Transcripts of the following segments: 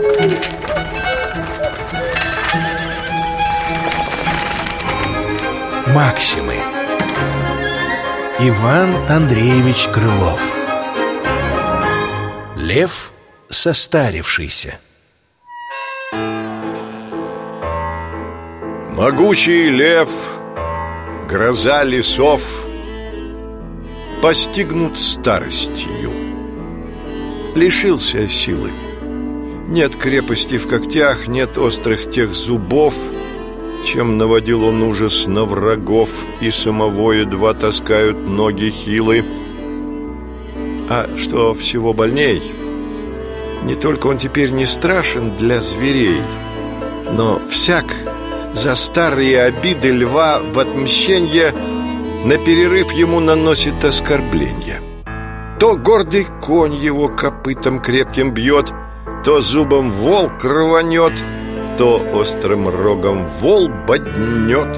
Максимы. Иван Андреевич Крылов. Лев состарившийся. Могучий лев, гроза лесов, постигнут старостью. Лишился силы. Нет крепости в когтях, нет острых тех зубов, чем наводил он ужас на врагов, и самого едва таскают ноги хилы. А что всего больней, не только он теперь не страшен для зверей, но всяк за старые обиды льва в отмщенье на перерыв ему наносит оскорбление. То гордый конь его копытом крепким бьет, то зубом волк рванет, то острым рогом вол боднет.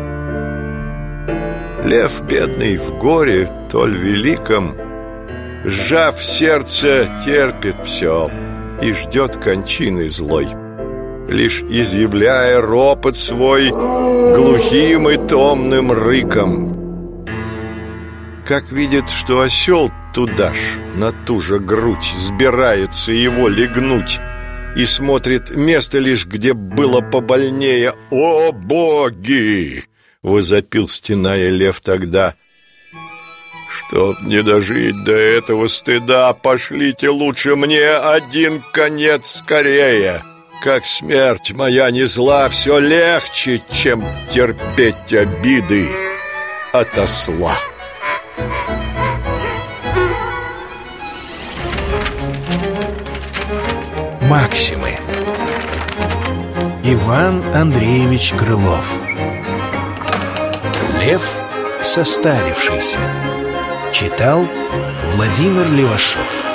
Лев бедный в горе, толь великом, сжав сердце, терпит все и ждет кончины злой, лишь изъявляя ропот свой глухим и томным рыком. Как видит, что осел туда ж, на ту же грудь, сбирается его легнуть, и смотрит место лишь, где было побольнее. «О, боги!» — возопил, стеная лев тогда. «Чтоб не дожить до этого стыда, пошлите лучше мне один конец скорее. Как смерть моя не зла, все легче, чем терпеть обиды от осла». Максимы. Иван Андреевич Крылов. Лев состарившийся. Читал Владимир Левашов.